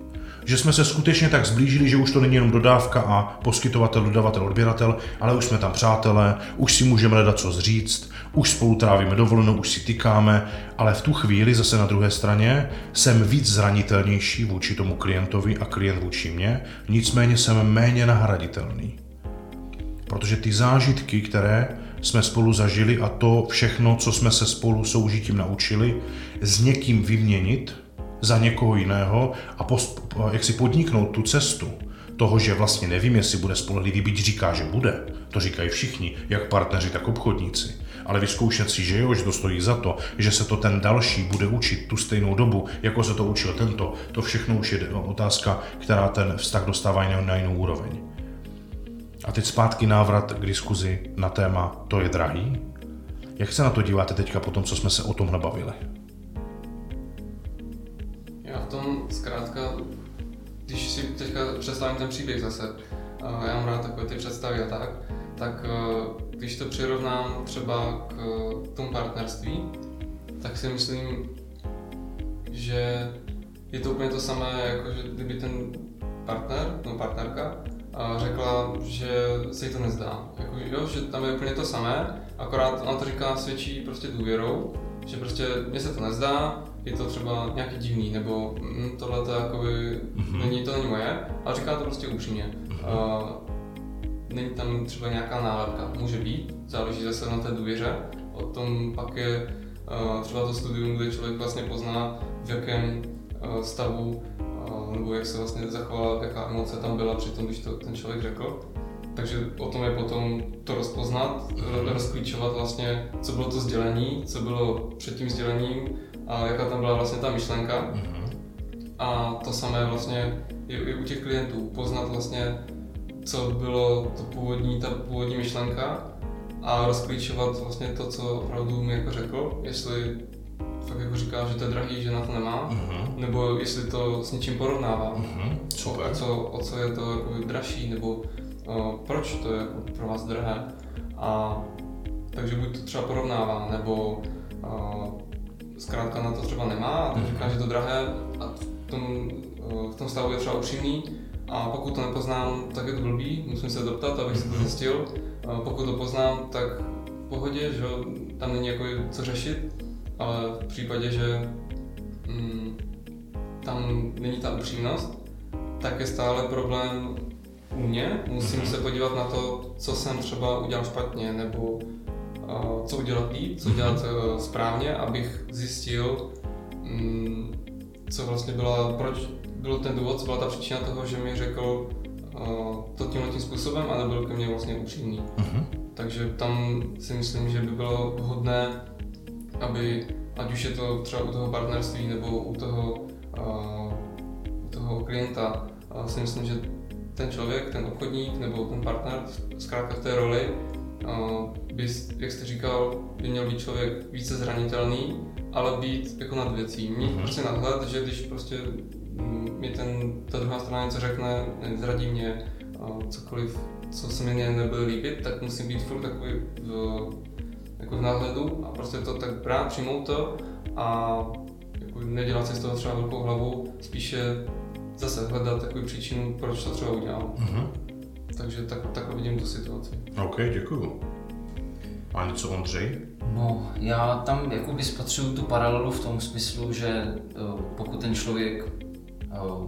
Že jsme se skutečně tak zblížili, že už to není jenom dodávka a poskytovatel, dodavatel, odběratel, ale už jsme tam přátelé, už si můžeme hledat co zříct, už spolu trávíme dovolenou, už si tykáme, ale v tu chvíli zase na druhé straně jsem víc zranitelnější vůči tomu klientovi a klient vůči mně, nicméně jsem méně nahraditelný. Protože ty zážitky, které jsme spolu zažili a to všechno, co jsme se spolu soužitím naučili, s někým vyměnit za někoho jiného a post, jak si podniknout tu cestu toho, že vlastně nevím, jestli bude spolehlivý, byť říká, že bude. To říkají všichni, jak partneři, tak obchodníci. Ale vyzkoušet si, že jo, že to stojí za to, že se to ten další bude učit tu stejnou dobu, jako se to učil tento, to všechno už je otázka, která ten vztah dostává na jinou úroveň. A teď zpátky návrat k diskuzi na téma to je drahý. Jak se na to díváte teďka po tom, co jsme se o tomhle bavili? Já v tom zkrátka, když si teďka představím ten příběh zase, já mám rád takové ty představy a tak, tak když to přirovnám třeba k tomu partnerství, tak si myslím, že je to úplně to samé, jako že kdyby ten partner, no partnerka, řekla, že se jí to nezdá. Jako, jo, že tam je úplně to samé, akorát ona to říká s větší prostě důvěrou, že prostě mně se to nezdá, je to třeba nějaký divný, nebo hm, tohle to jakoby, mm-hmm. není, to není moje, ale říká to prostě upřímně. Mm-hmm. Uh, není tam třeba nějaká nálepka, může být, záleží zase na té důvěře, o tom pak je uh, třeba to studium, kde člověk vlastně pozná, v jakém uh, stavu nebo jak se vlastně zachovala, jaká emoce tam byla při tom, když to ten člověk řekl. Takže o tom je potom to rozpoznat, mm-hmm. rozklíčovat vlastně, co bylo to sdělení, co bylo před tím sdělením a jaká tam byla vlastně ta myšlenka. Mm-hmm. A to samé vlastně je i u těch klientů, poznat vlastně, co bylo to původní, ta původní myšlenka a rozklíčovat vlastně to, co opravdu mi jako řekl, jestli fakt jako říká, že to je drahý, že na to nemá, uh-huh. nebo jestli to s něčím porovnává, uh-huh. Super. O, co, o co je to jako dražší, nebo o, proč to je jako pro vás drahé. A takže buď to třeba porovnává, nebo o, zkrátka na to třeba nemá a uh-huh. říká, že je to drahé a v tom, o, v tom stavu je třeba upřímný a pokud to nepoznám, tak je to blbý, musím se doptat, abych uh-huh. si to zjistil. O, pokud to poznám, tak v pohodě, že tam není jako co řešit. Ale v případě, že mm, tam není ta upřímnost, tak je stále problém u mě. Musím mm-hmm. se podívat na to, co jsem třeba udělal špatně, nebo uh, co udělat líp, co dělat uh, správně, abych zjistil, um, co vlastně byla, proč byl ten důvod, co byla ta příčina toho, že mi řekl uh, to tímhle tím způsobem a nebyl ke mně vlastně upřímný. Mm-hmm. Takže tam si myslím, že by bylo vhodné, aby, ať už je to třeba u toho partnerství nebo u toho, uh, u toho klienta, uh, si myslím, že ten člověk, ten obchodník nebo ten partner, zkrátka v té roli, uh, by, jak jste říkal, by měl být člověk více zranitelný, ale být jako nad věcí. Mít mm-hmm. prostě nadhled, že když prostě mi ten, ta druhá strana něco řekne, zradí mě, uh, cokoliv, co se mi nebude líbit, tak musím být furt takový v, jako v náhledu a prostě to tak brát, přijmout to a jako nedělat si z toho třeba velkou hlavu, spíše zase hledat takovou příčinu, proč to třeba udělal. Mm-hmm. Takže tak, takhle vidím tu situaci. OK, děkuju. A něco Ondřej? No, já tam jakoby spatřuju tu paralelu v tom smyslu, že uh, pokud ten člověk, uh,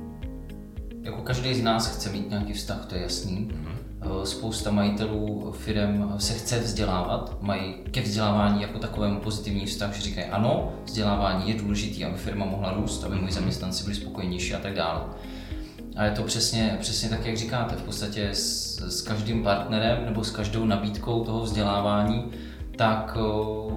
jako každý z nás chce mít nějaký vztah, to je jasný. Mm-hmm. Spousta majitelů firem se chce vzdělávat, mají ke vzdělávání jako takovému pozitivní vztah, že říkají ano, vzdělávání je důležitý, aby firma mohla růst, aby moji zaměstnanci byli spokojenější a tak dále. A je to přesně, přesně tak, jak říkáte, v podstatě s, s každým partnerem nebo s každou nabídkou toho vzdělávání, tak o,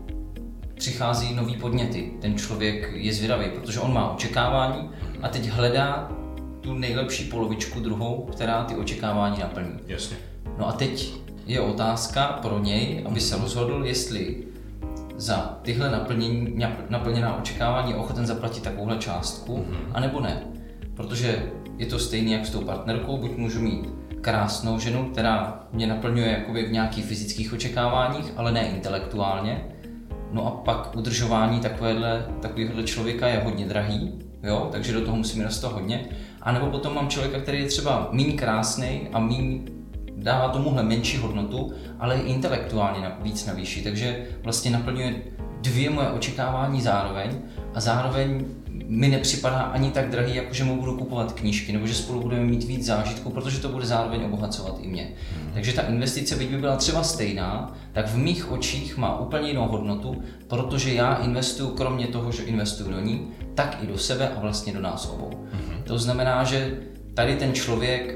přichází nový podněty. Ten člověk je zvědavý, protože on má očekávání a teď hledá tu nejlepší polovičku druhou, která ty očekávání naplní. Jasně. No a teď je otázka pro něj, aby se rozhodl, jestli za tyhle naplnění, naplněná očekávání je ochoten zaplatit takovouhle částku, mm-hmm. anebo ne. Protože je to stejný jak s tou partnerkou, buď můžu mít krásnou ženu, která mě naplňuje jakoby v nějakých fyzických očekáváních, ale ne intelektuálně. No a pak udržování takovéhle, takovéhohle člověka je hodně drahý, jo, takže do toho musím investovat hodně. A nebo potom mám člověka, který je třeba méně krásný a méně dává tomuhle menší hodnotu, ale i intelektuálně víc na výši, takže vlastně naplňuje dvě moje očekávání zároveň a zároveň mi nepřipadá ani tak drahý, jako že mu budu kupovat knížky, nebo že spolu budeme mít víc zážitků, protože to bude zároveň obohacovat i mě. Takže ta investice, byť by byla třeba stejná, tak v mých očích má úplně jinou hodnotu, protože já investuju kromě toho, že investuju do ní, tak i do sebe a vlastně do nás obou. Mm-hmm. To znamená, že tady ten člověk,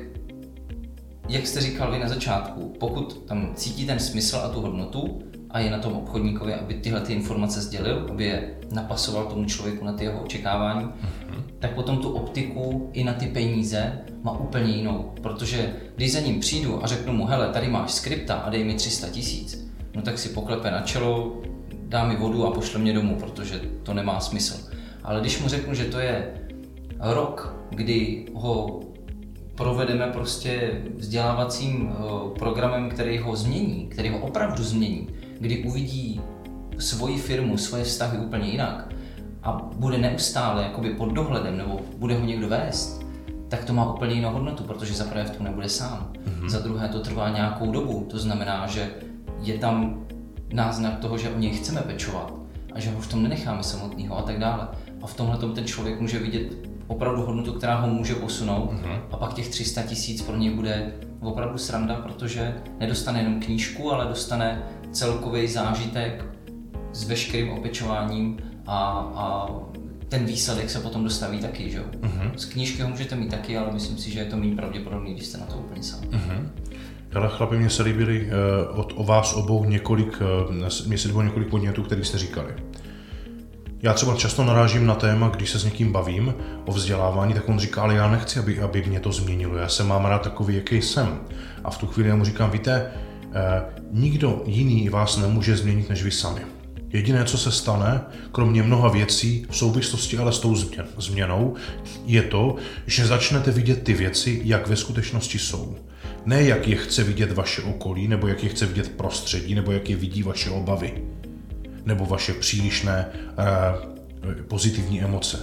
jak jste říkal vy na začátku, pokud tam cítí ten smysl a tu hodnotu a je na tom obchodníkovi, aby tyhle ty informace sdělil, aby je napasoval tomu člověku na ty jeho očekávání, mm-hmm. tak potom tu optiku i na ty peníze má úplně jinou. Protože když za ním přijdu a řeknu mu, hele, tady máš skripta a dej mi tři sta tisíc, no tak si poklepe na čelo, dá mi vodu a pošle mě domů, protože to nemá smysl. Ale když mu řeknu, že to je rok, kdy ho provedeme prostě vzdělávacím programem, který ho změní, který ho opravdu změní, kdy uvidí svoji firmu, svoje vztahy úplně jinak a bude neustále jakoby pod dohledem nebo bude ho někdo vést, tak to má úplně jinou hodnotu, protože za prvé v tom nebude sám. Mm-hmm. Za druhé to trvá nějakou dobu, to znamená, že je tam náznak toho, že o něj chceme pečovat a že ho v tom nenecháme samotného a tak dále. A v tomhle tom ten člověk může vidět opravdu hodnotu, která ho může posunout uh-huh. a pak těch tři sta tisíc pro něj bude opravdu sranda, protože nedostane jenom knížku, ale dostane celkový zážitek s veškerým opečováním a, a ten výsledek se potom dostaví taky, že jo. Uh-huh. Z knížky ho můžete mít taky, ale myslím si, že je to méně pravděpodobný, když jste na to úplně sám. Uh-huh. Ale chlapi, mně se líbily uh, od o vás obou několik, uh, mně se líbilo několik podnětů, které jste říkali. Já třeba často narážím na téma, když se s někým bavím o vzdělávání, tak on říká, ale já nechci, aby, aby mě to změnilo, já se mám rád takový, jaký jsem. A v tu chvíli já mu říkám, víte, eh, nikdo jiný vás nemůže změnit, než vy sami. Jediné, co se stane, kromě mnoha věcí, v souvislosti ale s tou změn, změnou, je to, že začnete vidět ty věci, jak ve skutečnosti jsou. Ne jak je chce vidět vaše okolí, nebo jak je chce vidět prostředí, nebo jak je vidí vaše obavy. Nebo vaše přílišné eh, pozitivní emoce.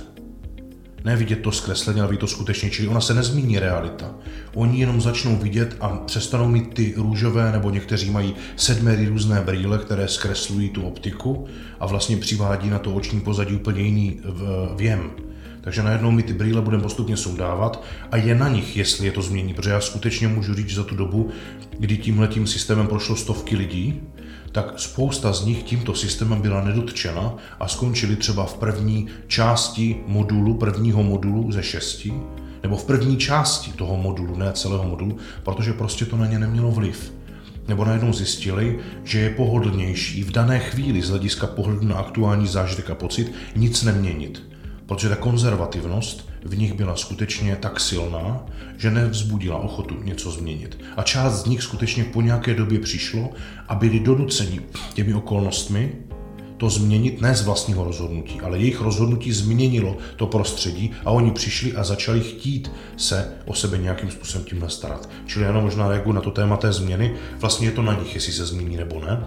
Ne vidět to zkresleně, ale vidět to skutečně, čili ona se nezmění realita. Oni jenom začnou vidět a přestanou mít ty růžové, nebo někteří mají sedmery různé brýle, které zkreslují tu optiku a vlastně přivádí na to oční pozadí úplně jiný věm. Takže najednou my ty brýle budeme postupně sundávat a je na nich, jestli je to změní, protože já skutečně můžu říct, že za tu dobu, kdy tímhletím systémem prošlo stovky lidí, tak spousta z nich tímto systémem byla nedotčena a skončili třeba v první části modulu, prvního modulu ze šesti, nebo v první části toho modulu, ne celého modulu, protože prostě to na ně nemělo vliv. Nebo najednou zjistili, že je pohodlnější v dané chvíli z hlediska pohledu na aktuální zážitek a pocit nic neměnit. Protože ta konzervativnost v nich byla skutečně tak silná, že nevzbudila ochotu něco změnit. A část z nich skutečně po nějaké době přišlo a byli donuceni těmi okolnostmi to změnit ne z vlastního rozhodnutí, ale jejich rozhodnutí změnilo to prostředí a oni přišli a začali chtít se o sebe nějakým způsobem tím nastarat. Čili já možná reaguji na to téma té změny, vlastně je to na nich, jestli se změní nebo ne.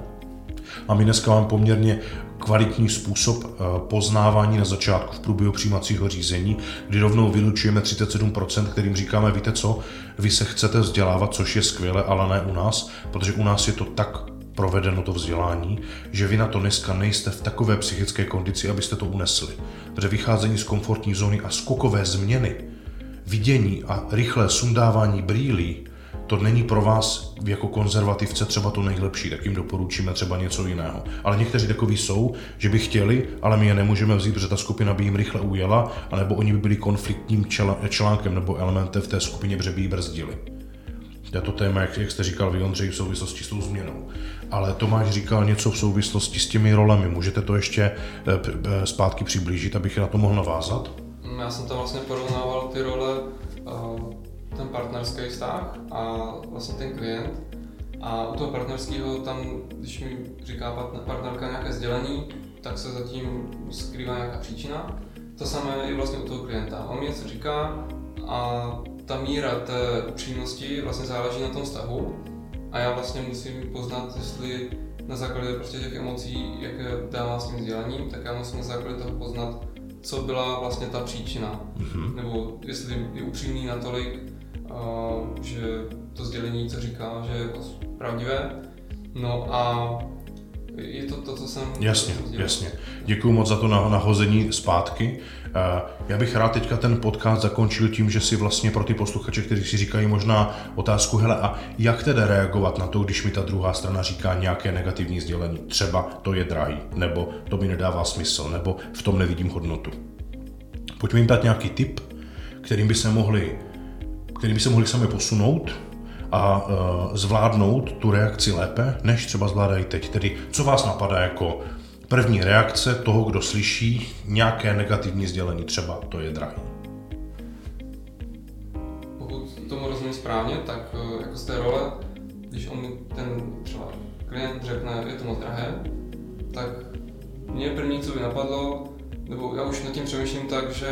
A my dneska máme poměrně kvalitní způsob poznávání na začátku v průběhu přijímacího řízení, kdy rovnou vylučujeme třicet sedm procent, kterým říkáme, víte co, vy se chcete vzdělávat, což je skvělé, ale ne u nás, protože u nás je to tak provedeno to vzdělání, že vy na to dneska nejste v takové psychické kondici, abyste to unesli. Protože vycházení z komfortní zóny a skokové změny, vidění a rychlé sundávání brýlí, to není pro vás jako konzervativce třeba to nejlepší, tak jim doporučíme třeba něco jiného. Ale někteří takoví jsou, že by chtěli, ale my je nemůžeme vzít, protože ta skupina by jim rychle ujela, anebo oni by byli konfliktním článkem nebo elementem v té skupině, protože by ji brzdili. To je to téma, jak, jak jste říkal vy, Ondřej, v souvislosti s tou změnou. Ale Tomáš říkal něco v souvislosti s těmi rolemi. Můžete to ještě zpátky přiblížit, abych na to mohl navázat? Já jsem tam vlastně porovnával ty role, ten partnerský vztah a vlastně ten klient. A u toho partnerského tam, když mi říká partnerka nějaké sdělení, tak se zatím skrývá nějaká příčina. To samé je vlastně u toho klienta. On mi něco říká a ta míra té upřímnosti vlastně záleží na tom vztahu a já vlastně musím poznat, jestli na základě prostě těch emocí, jaké dává s tím sdělením, tak já musím na základě toho poznat, co byla vlastně ta příčina. Mm-hmm. Nebo jestli je upřímný natolik, uh, že to sdělení, co říká, že je jako pravdivé. No a je to to, co jsem... Jasně, jasně. Děkuju moc za to nahození zpátky. Já bych rád teďka ten podcast zakončil tím, že si vlastně pro ty posluchače, kteří si říkají možná otázku, hele, a jak teda reagovat na to, když mi ta druhá strana říká nějaké negativní sdělení? Třeba to je drahý, nebo to mi nedává smysl, nebo v tom nevidím hodnotu. Pojďme jim dát nějaký tip, kterým by se mohli, kterým by se mohli sami posunout a uh, zvládnout tu reakci lépe, než třeba zvládají teď. Tedy co vás napadá jako první reakce toho, kdo slyší nějaké negativní sdělení, třeba to je drahý? Pokud tomu rozumím správně, tak jako z té role, když on ten třeba klient řekne, je to moc drahé, tak mě první, co by napadlo, nebo já už nad tím přemýšlím tak, že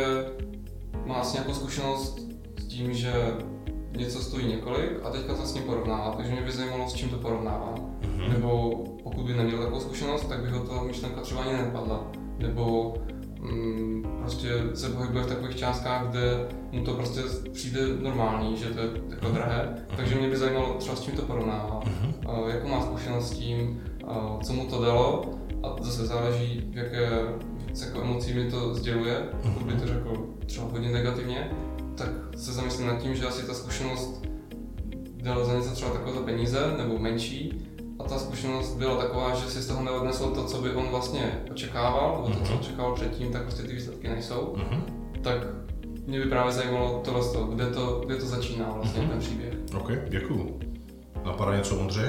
má asi nějakou zkušenost s tím, že něco stojí několik a teďka to s ním porovnává, takže mě by zajímalo, s čím to porovnává. Mm-hmm. Nebo pokud by neměl takovou zkušenost, tak by ho ta myšlenka třeba ani nenapadla. Nebo mm, prostě se pohybuje v takových částkách, kde mu to prostě přijde normální, že to je takhle drahé. Mm-hmm. Takže mě by zajímalo třeba, s čím to porovnává. Mm-hmm. Uh, jakou má zkušenost s tím, uh, co mu to dalo, a zase záleží, v jaké jako emocí mi to sděluje. Mm-hmm. Pokud by to řekl třeba hodně negativně, tak se zamyslím nad tím, že asi ta zkušenost dala za něco třeba takové peníze nebo menší a ta zkušenost byla taková, že si z toho neodnesl to, co by on vlastně očekával, nebo to, co očekával předtím, tak prostě ty výsledky nejsou. Mm-hmm. Tak mě by právě zajímalo tohle, kde to, kde to začíná vlastně mm-hmm. ten příběh. Ok, děkuju. Napadá něco, Ondřej?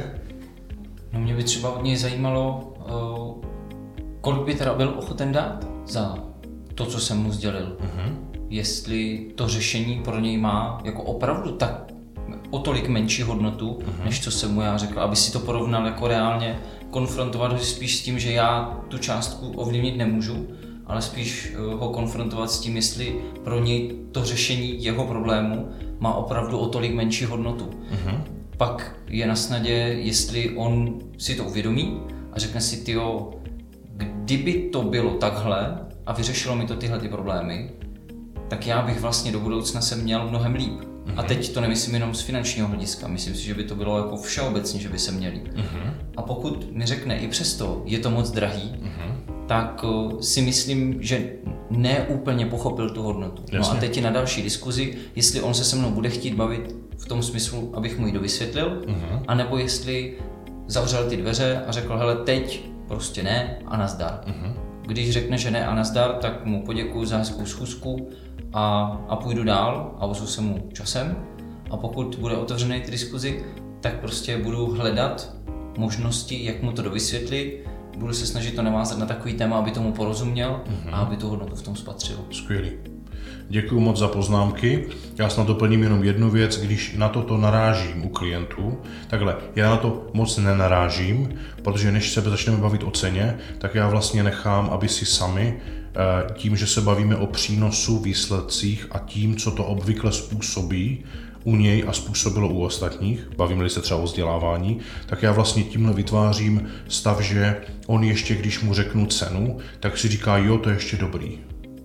No mě by třeba od něj zajímalo, uh, kolik by teda byl ochoten dát za to, co jsem mu sdělil. Mm-hmm. Jestli to řešení pro něj má jako opravdu tak o tolik menší hodnotu, uh-huh. než co jsem mu já řekl, aby si to porovnal jako reálně, konfrontovat ho spíš s tím, že já tu částku ovlivnit nemůžu, ale spíš ho konfrontovat s tím, jestli pro něj to řešení jeho problému má opravdu o tolik menší hodnotu. Uh-huh. Pak je na snadě, jestli on si to uvědomí a řekne si, tyjo, kdyby to bylo takhle a vyřešilo mi to tyhle ty problémy, tak já bych vlastně do budoucna se měl mnohem líp. Mm-hmm. A teď to nemyslím jenom z finančního hlediska, myslím si, že by to bylo jako všeobecně, že by se měli. Mm-hmm. A pokud mi řekne i přesto, je to moc drahý, mm-hmm. tak uh, si myslím, že neúplně pochopil tu hodnotu. Jasně. No a teď je na další diskuzi, jestli on se se mnou bude chtít bavit v tom smyslu, abych mu ji dovysvětlil, mm-hmm. anebo jestli zavřel ty dveře a řekl, hele, teď prostě ne a nazdar. Mm-hmm. Když řekne, že ne a nazdar, tak mu poděkuju za hezkou schůzku a, a půjdu dál a ozvu se mu časem. A pokud bude otevřený ty diskuzi, tak prostě budu hledat možnosti, jak mu to dovysvětlit. Budu se snažit to navázat na takový téma, aby tomu porozuměl mm-hmm. a aby tu hodnotu v tom spatřil. Skvělý. Děkuju moc za poznámky. Já snad doplním jenom jednu věc, když na toto narážím u klientů. Takhle, já na to moc nenarážím, protože než se začneme bavit o ceně, tak já vlastně nechám, aby si sami tím, že se bavíme o přínosu, výsledcích a tím, co to obvykle způsobí u něj a způsobilo u ostatních, bavíme-li se třeba o vzdělávání, tak já vlastně tímhle vytvářím stav, že on ještě, když mu řeknu cenu, tak si říká, jo, to je ještě dobrý.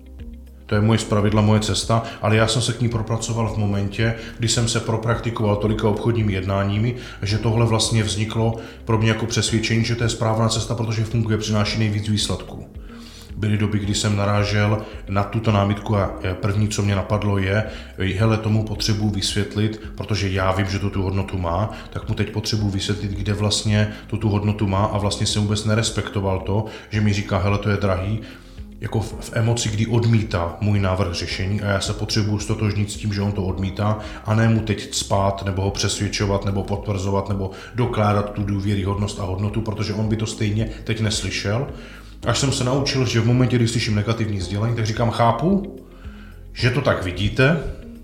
To je moje zpravidla, moje cesta, ale já jsem se k ní propracoval v momentě, kdy jsem se propraktikoval tolika obchodními jednáními, že tohle vlastně vzniklo pro mě jako přesvědčení, že to je správná cesta, protože funguje, přináší nejvíc výsledků. Byly doby, kdy jsem narážel na tuto námitku a první, co mě napadlo, je, hele, tomu potřebuji vysvětlit, protože já vím, že to tu hodnotu má, tak mu teď potřebuji vysvětlit, kde vlastně to tu hodnotu má a vlastně jsem vůbec nerespektoval to, že mi říká, hele, to je drahý, jako v, v emoci, kdy odmítá můj návrh řešení a já se potřebuji stotožnit s tím, že on to odmítá a ne mu teď spát, nebo ho přesvědčovat, nebo potvrzovat, nebo dokládat tu důvěryhodnost a hodnotu, protože on by to stejně teď neslyšel. Až jsem se naučil, že v momentě, kdy slyším negativní sdělení, tak říkám, chápu, že to tak vidíte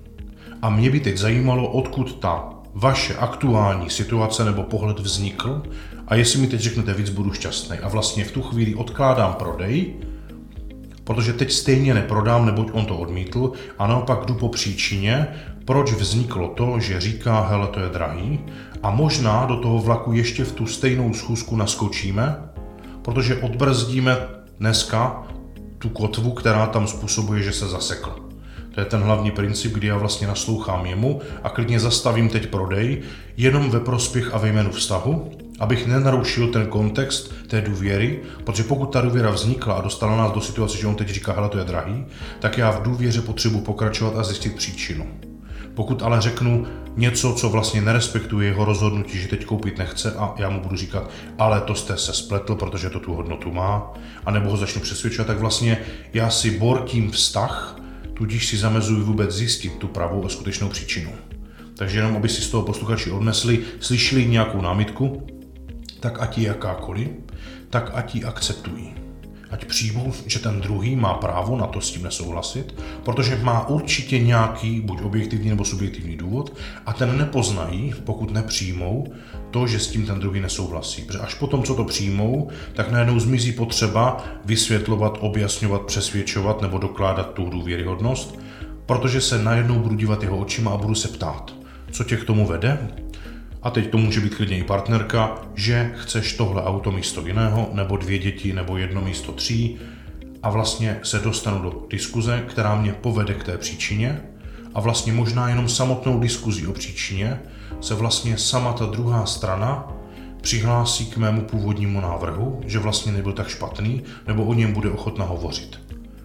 a mě by teď zajímalo, odkud ta vaše aktuální situace nebo pohled vznikl a jestli mi teď řeknete víc, budu šťastný. A vlastně v tu chvíli odkládám prodej, protože teď stejně neprodám, neboť on to odmítl a naopak jdu po příčině, proč vzniklo to, že říká, hele, to je drahý a možná do toho vlaku ještě v tu stejnou schůzku naskočíme, protože odbrzdíme dneska tu kotvu, která tam způsobuje, že se zasekl. To je ten hlavní princip, kdy já vlastně naslouchám jemu a klidně zastavím teď prodej jenom ve prospěch a ve jménu vztahu, abych nenarušil ten kontext té důvěry, protože pokud ta důvěra vznikla a dostala nás do situace, že on teď říká, hele, to je drahý, tak já v důvěře potřebuji pokračovat a zjistit příčinu. Pokud ale řeknu něco, co vlastně nerespektuje jeho rozhodnutí, že teď koupit nechce a já mu budu říkat, ale to jste se spletl, protože to tu hodnotu má, anebo ho začnu přesvědčovat, tak vlastně já si bortím vztah, tudíž si zamezuji vůbec zjistit tu pravou a skutečnou příčinu. Takže jenom, aby si z toho posluchači odnesli, slyšeli nějakou námitku, tak ať ji jakákoliv, tak ať ji akceptují. Ať přijmou, že ten druhý má právo na to s tím nesouhlasit, protože má určitě nějaký buď objektivní nebo subjektivní důvod a ten nepoznají, pokud nepřijmou to, že s tím ten druhý nesouhlasí. Protože až potom, co to přijmou, tak najednou zmizí potřeba vysvětlovat, objasňovat, přesvědčovat nebo dokládat tu důvěryhodnost, protože se najednou budu dívat jeho očima a budu se ptát, co tě k tomu vede? A teď to může být klidně i partnerka, že chceš tohle auto místo jiného, nebo dvě děti, nebo jedno místo tří a vlastně se dostanu do diskuze, která mě povede k té příčině a vlastně možná jenom samotnou diskuzí o příčině se vlastně sama ta druhá strana přihlásí k mému původnímu návrhu, že vlastně nebyl tak špatný, nebo o něm bude ochotna hovořit.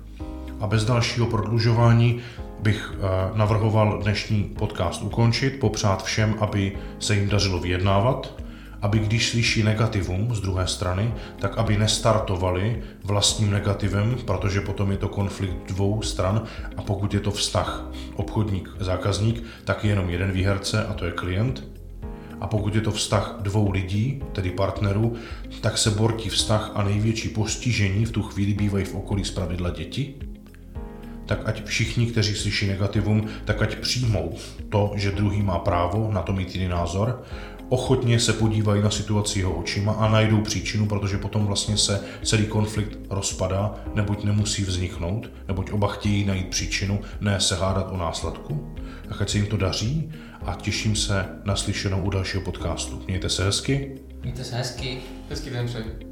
A bez dalšího prodlužování bych navrhoval dnešní podcast ukončit, popřát všem, aby se jim dařilo vyjednávat, aby když slyší negativum z druhé strany, tak aby nestartovali vlastním negativem, protože potom je to konflikt dvou stran a pokud je to vztah obchodník-zákazník, tak je jenom jeden výherce a to je klient. A pokud je to vztah dvou lidí, tedy partnerů, tak se bortí vztah a největší postižení v tu chvíli bývají v okolí zpravidla děti. Tak ať všichni, kteří slyší negativum, tak ať přijmou to, že druhý má právo na to mít jiný názor, ochotně se podívají na situaci jeho očima a najdou příčinu, protože potom vlastně se celý konflikt rozpadá, neboť nemusí vzniknout, neboť oba chtějí najít příčinu, ne se hádat o následku. Tak ať se jim to daří a těším se na slyšenou u dalšího podcastu. Mějte se hezky. Mějte se hezky. Hezký den přeji.